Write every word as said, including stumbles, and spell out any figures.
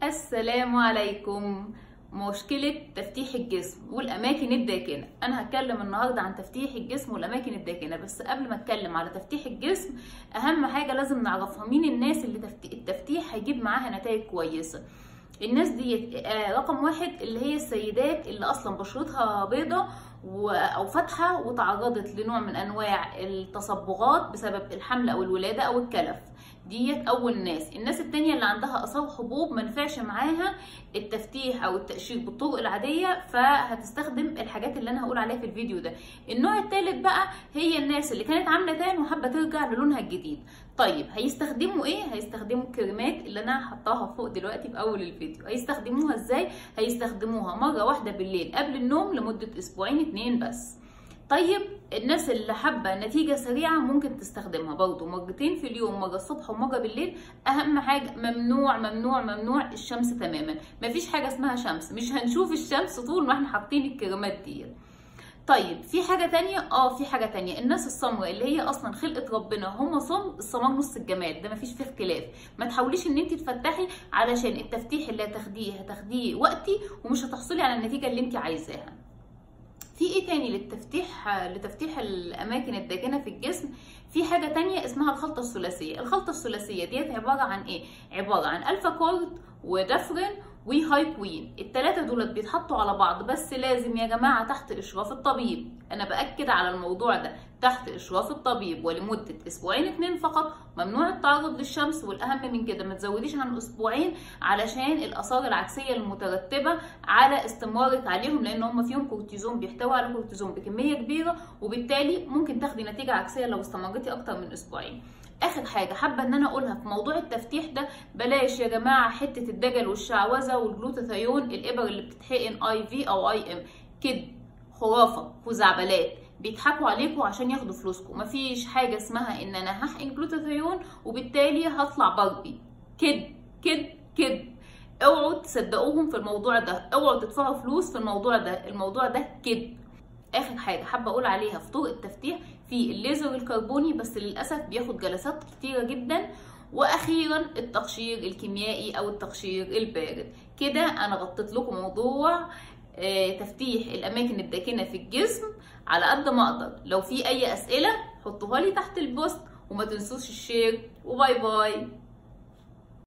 السلام عليكم. مشكلة تفتيح الجسم والأماكن الداكنة. أنا هتكلم النهاردة عن تفتيح الجسم والأماكن الداكنة، بس قبل ما أتكلم على تفتيح الجسم أهم حاجة لازم نعرفها مين الناس اللي التفتيح هيجيب معاها نتائج كويسة. الناس دي رقم واحد اللي هي السيدات اللي أصلا بشرتها بيضة أو فاتحة وتعرضت لنوع من أنواع التصبغات بسبب الحمل أو الولادة أو الكلف. ديت اول ناس. الناس التانية اللي عندها اثار حبوب ما نفعش معاها التفتيح او التقشير بالطرق العاديه، فهتستخدم الحاجات اللي انا هقول عليها في الفيديو ده. النوع الثالث بقى هي الناس اللي كانت عامله تان وحابه ترجع للونها الجديد. طيب هيستخدموا ايه؟ هيستخدموا الكريمات اللي انا حطاها فوق دلوقتي في اول الفيديو. هيستخدموها ازاي؟ هيستخدموها مره واحده بالليل قبل النوم لمده اسبوعين اتنين بس. طيب الناس اللي حابه نتيجه سريعه ممكن تستخدمها برضو مرتين في اليوم، مره الصبح ومره بالليل. اهم حاجه ممنوع ممنوع ممنوع الشمس تماما. مفيش حاجه اسمها شمس، مش هنشوف الشمس طول ما احنا حاطين الكريمات دي. طيب في حاجه تانية، اه في حاجه تانية. الناس السمراء اللي هي اصلا خلقه ربنا هم سمر، السمار نص الجمال، ده مفيش فيه اختلاف. ما تحاوليش ان انت تفتحي علشان التفتيح اللي هتاخديه هتاخديه وقتي ومش هتحصلي على النتيجه اللي انت عايزاها. في ايه تاني للتفتيح لتفتيح الاماكن الداكنه في الجسم؟ في حاجه تانية اسمها الخلطه الثلاثيه. الخلطه الثلاثيه ديت عباره عن ايه؟ عباره عن الفا كورد ودافرين وهاي كوين. الثلاثه دولت بيتحطوا على بعض، بس لازم يا جماعه تحت اشراف الطبيب. انا باكد على الموضوع ده، تحت اشراف الطبيب ولمده اسبوعين اتنين فقط. ممنوع التعرض للشمس، والاهم من كده ما تزوديش عن اسبوعين علشان الاثار العكسيه المترتبه على استمرارك عليهم، لان هم فيهم كورتيزون، بيحتوي على كورتيزون بكميه كبيره، وبالتالي ممكن تاخدي نتيجه عكسيه لو استمرتي اكتر من اسبوعين. اخر حاجه حابه ان انا اقولها في موضوع التفتيح ده، بلاش يا جماعه حته الدجل والشعوذه والجلوتاثيون، الابر اللي بتتحقن اي في او اي ام، كده خرافه خزعبلات، بيضحكوا عليكم عشان ياخدوا فلوسكم. مفيش حاجه اسمها ان انا هحقن جلوتاثيون وبالتالي هطلع باربي. كده كده كده. اوعوا تصدقوهم في الموضوع ده، اوعوا تدفعوا فلوس في الموضوع ده، الموضوع ده كده. اخر حاجه حابه اقول عليها في طرق التفتيح، في الليزر الكربوني، بس للاسف بياخد جلسات كتيره جدا. واخيرا التقشير الكيميائي او التقشير البارد. كده انا غطيت لكم موضوع آه تفتيح الاماكن الداكنه في الجسم على قد ما اقدر. لو في اي اسئله حطوها لي تحت البوست، وما تنسوش الشير، وباي باي.